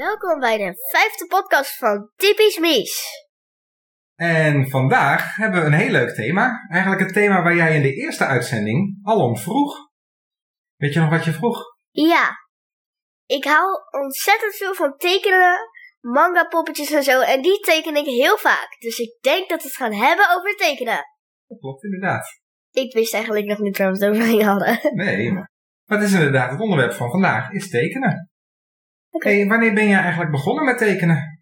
Welkom bij de 5e podcast van Typisch Mies. En vandaag hebben we een heel leuk thema. Eigenlijk het thema waar jij in de eerste uitzending al om vroeg. Weet je nog wat je vroeg? Ja, ik hou ontzettend veel van tekenen, manga poppetjes en zo. En die teken ik heel vaak. Dus ik denk dat we het gaan hebben over tekenen. Dat klopt inderdaad. Ik wist eigenlijk nog niet waar we het over gingen hadden. Nee, maar het is inderdaad het onderwerp van vandaag, is tekenen. Oké. Hey, wanneer ben jij eigenlijk begonnen met tekenen?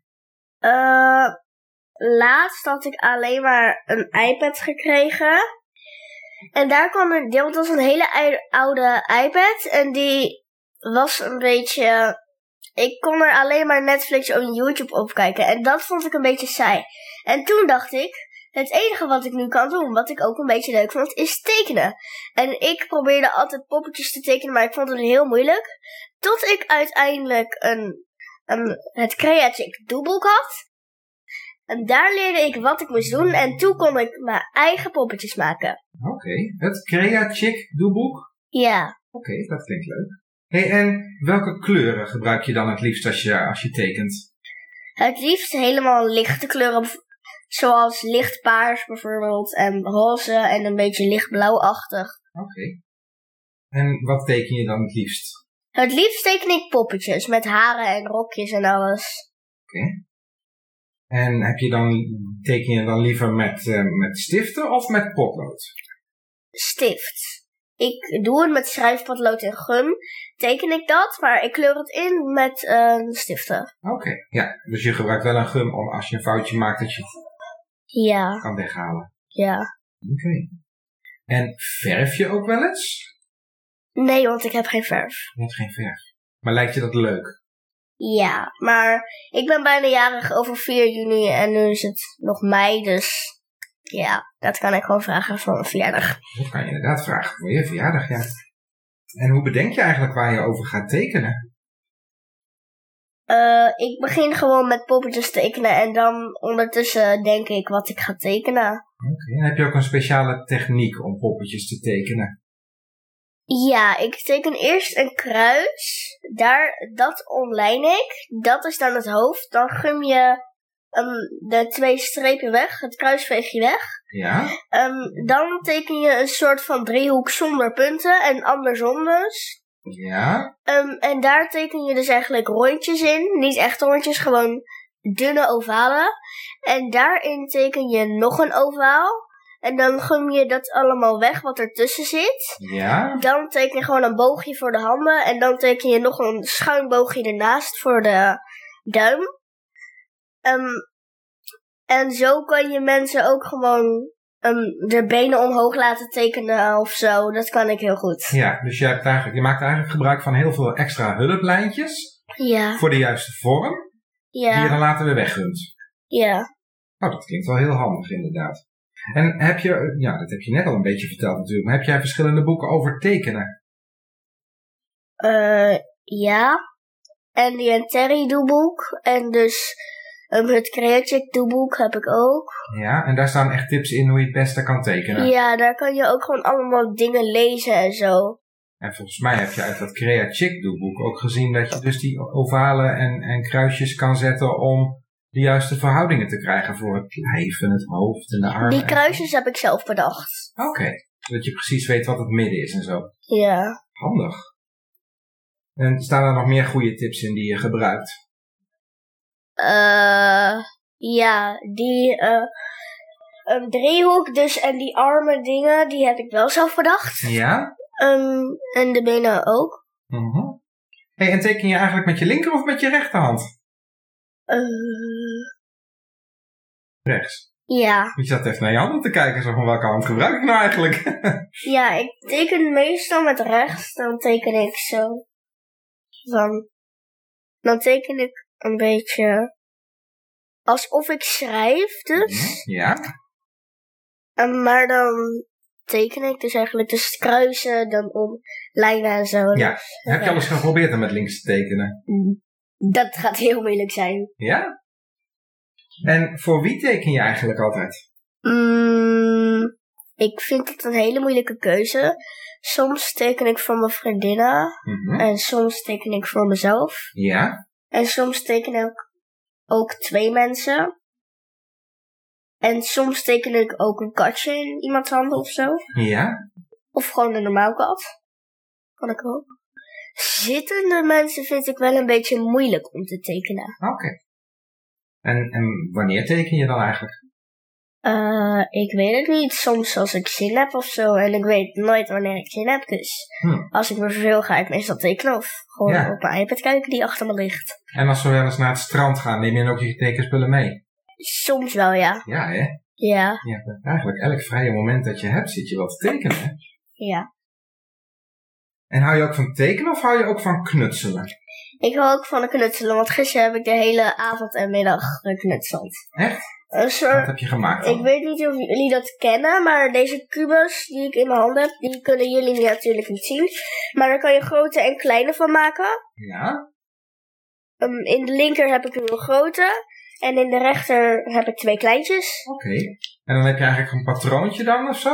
Laatst had ik alleen maar een iPad gekregen. En daar kwam dat was een hele oude iPad. En die was een beetje... Ik kon er alleen maar Netflix en YouTube op kijken. En dat vond ik een beetje saai. En toen dacht ik, het enige wat ik nu kan doen, wat ik ook een beetje leuk vond, is tekenen. En ik probeerde altijd poppetjes te tekenen, maar ik vond het heel moeilijk. Tot ik uiteindelijk het Creative doeboek had. En daar leerde ik wat ik moest doen. En toen kon ik mijn eigen poppetjes maken. Oké, het Creachick doeboek? Ja. Oké, dat klinkt leuk. Hey, en welke kleuren gebruik je dan het liefst als je tekent? Het liefst helemaal lichte kleuren. Zoals lichtpaars bijvoorbeeld. En roze en een beetje lichtblauwachtig. Oké. En wat teken je dan het liefst? Het liefst teken ik poppetjes met haren en rokjes en alles. Oké. En teken je dan liever met stiften of met potlood? Stift. Ik doe het met schrijfpotlood en gum. Teken ik dat, maar ik kleur het in met stiften. Oké, ja. Dus je gebruikt wel een gum om als je een foutje maakt dat je het kan weghalen. Ja. Oké. En verf je ook wel eens? Nee, want ik heb geen verf. Je hebt geen verf. Maar lijkt je dat leuk? Ja, maar ik ben bijna jarig over 4 juni en nu is het nog mei, dus ja, dat kan ik gewoon vragen voor mijn verjaardag. Dat kan je inderdaad vragen voor je verjaardag, ja. En hoe bedenk je eigenlijk waar je over gaat tekenen? Ik begin gewoon met poppetjes tekenen en dan ondertussen denk ik wat ik ga tekenen. Oké, en heb je ook een speciale techniek om poppetjes te tekenen? Ja, ik teken eerst een kruis. Dat omlijn ik. Dat is dan het hoofd. Dan gum je de 2 strepen weg. Het kruis veeg je weg. Ja. Dan teken je een soort van driehoek zonder punten. En andersom dus. Ja. En daar teken je dus eigenlijk rondjes in. Niet echt rondjes, gewoon dunne ovalen. En daarin teken je nog een ovaal. En dan gum je dat allemaal weg wat ertussen zit. Ja. Dan teken je gewoon een boogje voor de handen. En dan teken je nog een schuin boogje ernaast voor de duim. En zo kan je mensen ook gewoon de benen omhoog laten tekenen of zo. Dat kan ik heel goed. Ja, dus je maakt eigenlijk gebruik van heel veel extra hulplijntjes. Ja. Voor de juiste vorm. Ja. Die je dan later weer weggumt. Ja. Oh, dat klinkt wel heel handig inderdaad. En dat heb je net al een beetje verteld natuurlijk, maar heb jij verschillende boeken over tekenen? Ja. En die Terry doeboek. En dus het Creative doeboek heb ik ook. Ja, en daar staan echt tips in hoe je het beste kan tekenen. Ja, daar kan je ook gewoon allemaal dingen lezen en zo. En volgens mij heb je uit dat Creachick doeboek ook gezien dat je dus die ovalen en kruisjes kan zetten om de juiste verhoudingen te krijgen voor het lijf en het hoofd en de armen. Die kruisjes heb ik zelf bedacht. Oké, zodat je precies weet wat het midden is en zo. Ja. Handig. En staan er nog meer goede tips in die je gebruikt? Ja, die driehoek dus en die arme dingen, die heb ik wel zelf bedacht. Ja? En de benen ook. Mm-hmm. Hey, en teken je eigenlijk met je linker of met je rechterhand? Rechts. Ja. Je zat even naar je handen te kijken, zo van welke hand gebruik ik nou eigenlijk? Ja, ik teken meestal met rechts. Dan teken ik zo. Dan teken ik een beetje alsof ik schrijf dus. Ja. Maar dan teken ik dus eigenlijk dus kruisen, dan om lijnen en zo. Ja. Dus, Heb je al eens geprobeerd om met links te tekenen? Dat gaat heel moeilijk zijn. Ja? En voor wie teken je eigenlijk altijd? Ik vind het een hele moeilijke keuze. Soms teken ik voor mijn vriendinnen. Mm-hmm. En soms teken ik voor mezelf. Ja? En soms teken ik ook 2 mensen. En soms teken ik ook een katje in iemands handen of zo. Ja? Of gewoon een normaal kat. Kan ik ook. Zittende mensen vind ik wel een beetje moeilijk om te tekenen. Oké. En wanneer teken je dan eigenlijk? Ik weet het niet. Soms als ik zin heb of zo. En ik weet nooit wanneer ik zin heb. Dus als ik me verveel ga ik meestal tekenen. Of gewoon op mijn iPad kijken die achter me ligt. En als we wel eens naar het strand gaan, neem je dan ook je tekenspullen mee? Soms wel, ja. Ja, hè? Ja. Ja, eigenlijk elk vrije moment dat je hebt, zit je wel te tekenen, hè? Ja. En hou je ook van tekenen of hou je ook van knutselen? Ik hou ook van de knutselen, want gisteren heb ik de hele avond en middag geknutseld. Echt? Wat heb je gemaakt dan? Ik weet niet of jullie dat kennen, maar deze kubus die ik in mijn handen heb, die kunnen jullie natuurlijk niet zien. Maar daar kan je grote en kleine van maken. Ja? In de linker heb ik een grote en in de rechter heb ik 2 kleintjes. Oké. En dan heb je eigenlijk een patroontje dan of zo?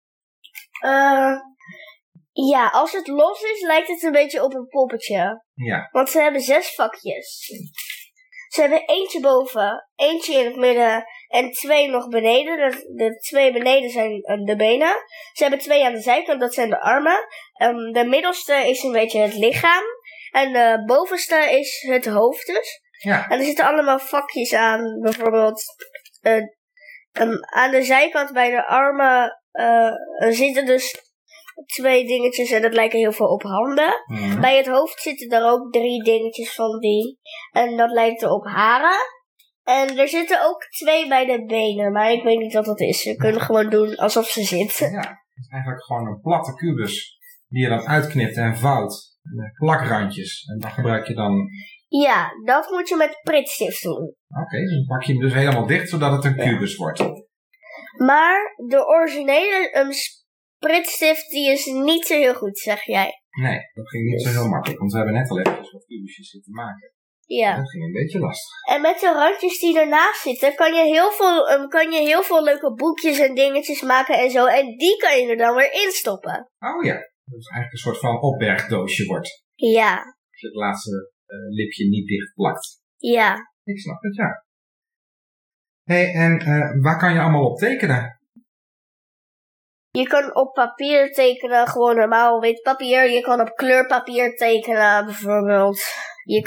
Ja, als het los is, lijkt het een beetje op een poppetje. Ja. Want ze hebben 6 vakjes. Ze hebben eentje boven, eentje in het midden en 2 nog beneden. De 2 beneden zijn de benen. Ze hebben 2 aan de zijkant, dat zijn de armen. De middelste is een beetje het lichaam. En de bovenste is het hoofd dus. Ja. En er zitten allemaal vakjes aan. Bijvoorbeeld aan de zijkant bij de armen zitten dus 2 dingetjes en dat lijken heel veel op handen. Mm. Bij het hoofd zitten er ook 3 dingetjes van die. En dat lijkt op haren. En er zitten ook 2 bij de benen, maar ik weet niet wat dat is. Ze kunnen gewoon doen alsof ze zitten. Ja, het is eigenlijk gewoon een platte kubus die je dan uitknipt en vouwt. Met plakrandjes. En dan gebruik je dan... Ja, dat moet je met pritstift doen. Oké, dan pak je hem dus helemaal dicht zodat het een kubus wordt. Maar de originele pritstift die is niet zo heel goed, zeg jij. Nee, dat ging niet zo heel makkelijk, want we hebben net al even wat kubusjes zitten maken. Ja. Dat ging een beetje lastig. En met de randjes die ernaast zitten, kan je heel veel leuke boekjes en dingetjes maken en zo. En die kan je er dan weer in stoppen. Oh ja, dat is eigenlijk een soort van opbergdoosje wordt. Ja. Als je het laatste lipje niet dicht plakt. Ja. Ik snap het, ja. Hé, en waar kan je allemaal op tekenen? Je kan op papier tekenen, gewoon normaal wit papier. Je kan op kleurpapier tekenen, bijvoorbeeld. Je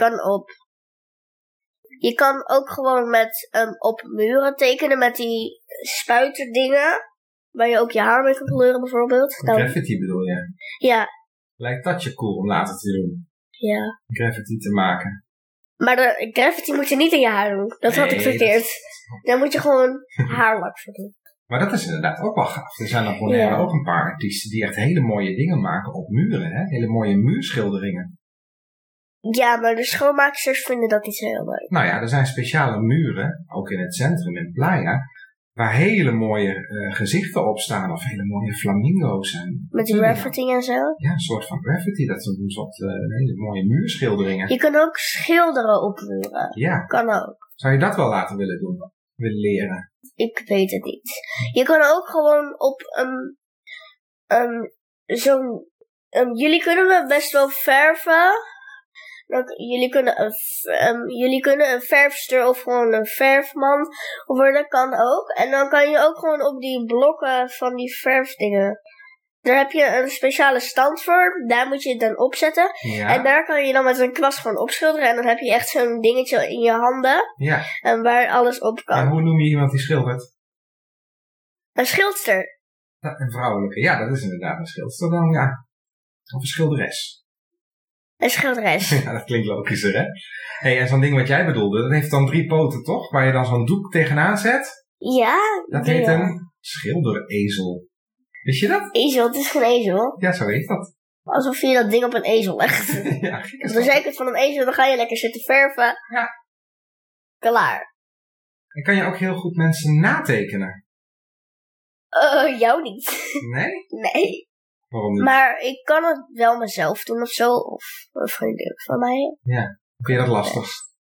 kan ook gewoon op muren tekenen met die spuiterdingen. Waar je ook je haar mee kan kleuren, bijvoorbeeld. Graffiti bedoel je? Ja. Lijkt dat je cool om later te doen? Ja. Graffiti te maken. Maar de graffiti moet je niet in je haar doen. Dat had ik verkeerd. Daar moet je gewoon haarlak voor doen. Maar dat is inderdaad ook wel gaaf. Er zijn op Bonaire ook een paar artiesten die echt hele mooie dingen maken op muren. Hè? Hele mooie muurschilderingen. Ja, maar de schoonmaaksters vinden dat niet zo heel leuk. Nou ja, er zijn speciale muren, ook in het centrum in Playa, waar hele mooie gezichten op staan. Of hele mooie flamingo's. Met graffiti en zo? Ja, een soort van graffiti. Dat zijn dus wat hele mooie muurschilderingen. Je kan ook schilderen op muren. Ja. Kan ook. Zou je dat wel laten willen doen? Willen leren? Ik weet het niet. Je kan ook gewoon op jullie kunnen me best wel verven. Jullie kunnen een verfster of gewoon een verfman worden, kan ook. En dan kan je ook gewoon op die blokken van die verfdingen. Daar heb je een speciale stand voor. Daar moet je het dan opzetten. Ja. En daar kan je dan met een kwast gewoon opschilderen. En dan heb je echt zo'n dingetje in je handen. Ja. En waar alles op kan. En hoe noem je iemand die schildert? Een schildster. Ja, een vrouwelijke. Ja, dat is inderdaad een schildster dan, ja. Of een schilderes. Een schilderes. Ja, dat klinkt logischer, hè? Hey, en zo'n ding wat jij bedoelde, dat heeft dan 3 poten, toch? Waar je dan zo'n doek tegenaan zet. Ja. Dat heet een schilderezel. Wist je dat? Ezel, het is geen ezel. Ja, zo heet dat. Alsof je dat ding op een ezel legt. Ja, gek is Dan zei ik het van een ezel, dan ga je lekker zitten verven. Ja. Klaar. En kan je ook heel goed mensen natekenen? Jou niet. Nee? Nee. Waarom niet? Maar ik kan het wel mezelf doen of zo. Of een vriendin van mij. Ja. Vind je dat lastig?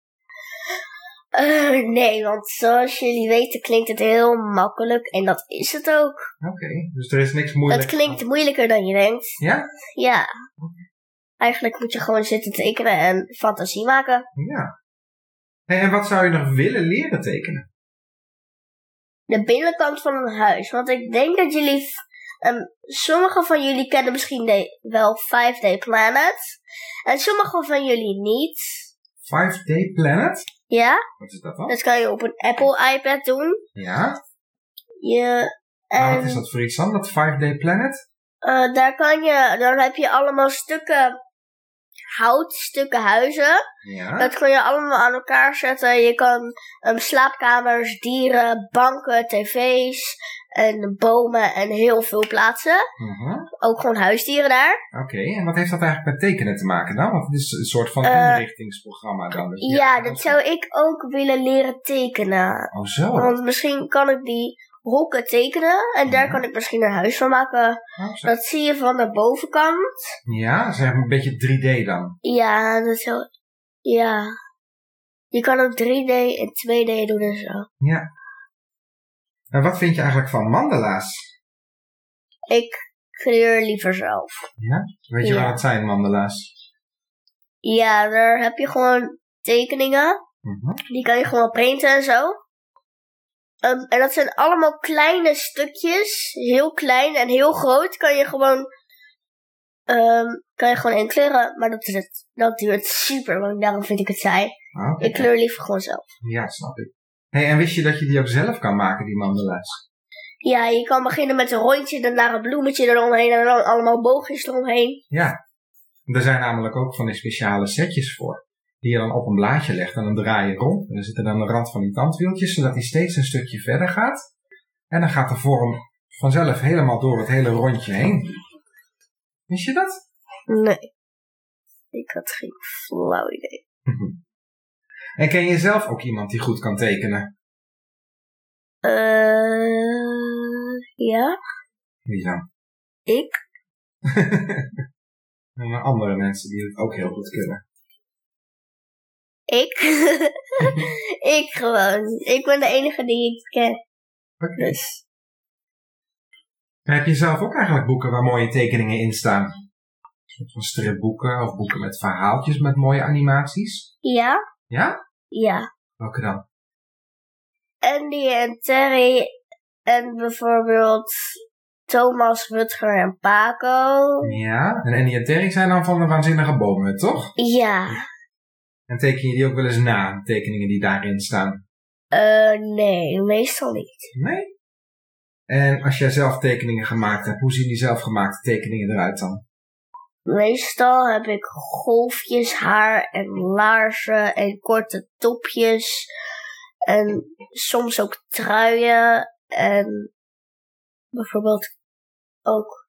Nee, want zoals jullie weten klinkt het heel makkelijk. En dat is het ook. Oké, dus er is niks moeilijk. Het klinkt moeilijker dan je denkt. Ja? Ja. Eigenlijk moet je gewoon zitten tekenen en fantasie maken. Ja. Hey, en wat zou je nog willen leren tekenen? De binnenkant van een huis. Want ik denk dat jullie... sommige van jullie kennen misschien wel 5D Planet. En sommige van jullie niet. 5D Planet? Ja. Wat is dat dan? Dat kan je op een Apple iPad doen. Ja. En Wat is dat voor iets dan, dat 5D Planet? Dan heb je allemaal stukken hout, stukken huizen. Ja. Dat kun je allemaal aan elkaar zetten. Je kan slaapkamers, dieren, banken, tv's en bomen en heel veel plaatsen. Ook gewoon huisdieren daar. Oké, en wat heeft dat eigenlijk met tekenen te maken dan? Want het is een soort van inrichtingsprogramma dan. Dus ja, dat zou ik ook willen leren tekenen. Oh zo. Want misschien kan ik die hokken tekenen en daar kan ik misschien een huis van maken. Oh, dat zie je van de bovenkant. Ja, zeg een beetje 3D dan. Ja, dat zo. Ja. Je kan ook 3D en 2D doen en zo. Ja. En wat vind je eigenlijk van mandala's? Ik kleur liever zelf. Ja? Weet je waar het zijn, mandala's? Ja, daar heb je gewoon tekeningen. Die kan je gewoon printen en zo. En dat zijn allemaal kleine stukjes. Heel klein en heel groot. Kan je gewoon inkleuren. Maar dat duurt super lang. Daarom vind ik het saai. Okay. Ik kleur liever gewoon zelf. Ja, snap ik. Hey, en wist je dat je die ook zelf kan maken, die mandala's? Ja, je kan beginnen met een rondje. Daarna een bloemetje eromheen. En dan allemaal boogjes eromheen. Ja. Er zijn namelijk ook van die speciale setjes voor. Die je dan op een blaadje legt en dan draai je rond. En dan zit er dan de rand van die tandwieltjes, zodat hij steeds een stukje verder gaat. En dan gaat de vorm vanzelf helemaal door het hele rondje heen. Wist je dat? Nee. Ik had geen flauw idee. En ken je zelf ook iemand die goed kan tekenen? Ja. Wie dan? Ik. En andere mensen die het ook heel goed kunnen. Ik? Ik gewoon. Ik ben de enige die ik ken. Oké. Dus. Heb je zelf ook eigenlijk boeken waar mooie tekeningen in staan? Een soort van stripboeken of boeken met verhaaltjes met mooie animaties? Ja. Ja? Ja. Welke dan? Andy en Terry en bijvoorbeeld Thomas, Rutger en Paco. Ja. En Andy en Terry zijn dan van de Waanzinnige Bomen, toch? Ja. En teken je die ook wel eens na, tekeningen die daarin staan? Nee, meestal niet. Nee? En als jij zelf tekeningen gemaakt hebt, hoe zien die zelfgemaakte tekeningen eruit dan? Meestal heb ik golfjes, haar en laarzen en korte topjes. En soms ook truien. En bijvoorbeeld ook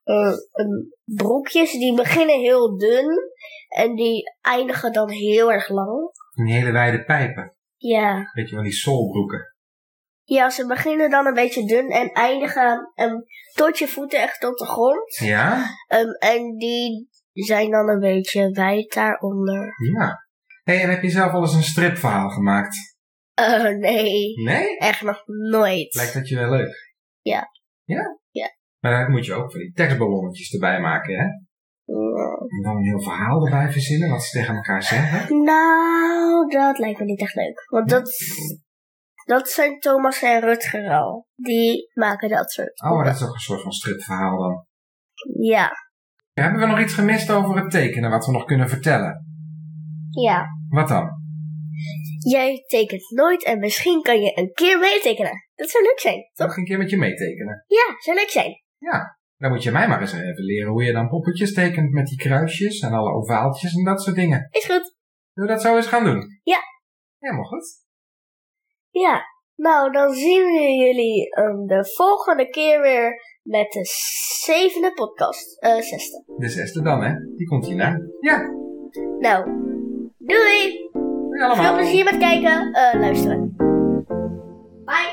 broekjes. Die beginnen heel dun. En die eindigen dan heel erg lang. Van die hele wijde pijpen. Ja. Weet je wel, die solbroeken. Ja, ze beginnen dan een beetje dun en eindigen tot je voeten echt op de grond. Ja? En die zijn dan een beetje wijd daaronder. Ja. Hey, en heb je zelf al eens een stripverhaal gemaakt? Nee. Nee? Echt nog nooit. Lijkt dat je wel leuk? Ja. Ja? Ja. Maar dan moet je ook van die tekstballonnetjes erbij maken, hè? En dan een heel verhaal erbij verzinnen, wat ze tegen elkaar zeggen. Nou, dat lijkt me niet echt leuk. Want dat zijn Thomas en Rutger al. Die maken dat soort. Oh, maar dat is ook een soort van stripverhaal dan. Ja. Hebben we nog iets gemist over het tekenen wat we nog kunnen vertellen? Ja. Wat dan? Jij tekent nooit en misschien kan je een keer meetekenen. Dat zou leuk zijn, Zal toch? ik een keer met je meetekenen? Ja, zou leuk zijn. Ja. Dan moet je mij maar eens even leren hoe je dan poppetjes tekent met die kruisjes en alle ovaaltjes en dat soort dingen. Is goed. Zullen we dat zo eens gaan doen? Ja. Helemaal goed. Ja. Nou, dan zien we jullie de volgende keer weer met de 7e podcast. 6e. De 6e dan, hè? Die komt hierna. Ja. Nou, doei! Doei allemaal. Veel plezier met kijken, luisteren. Bye!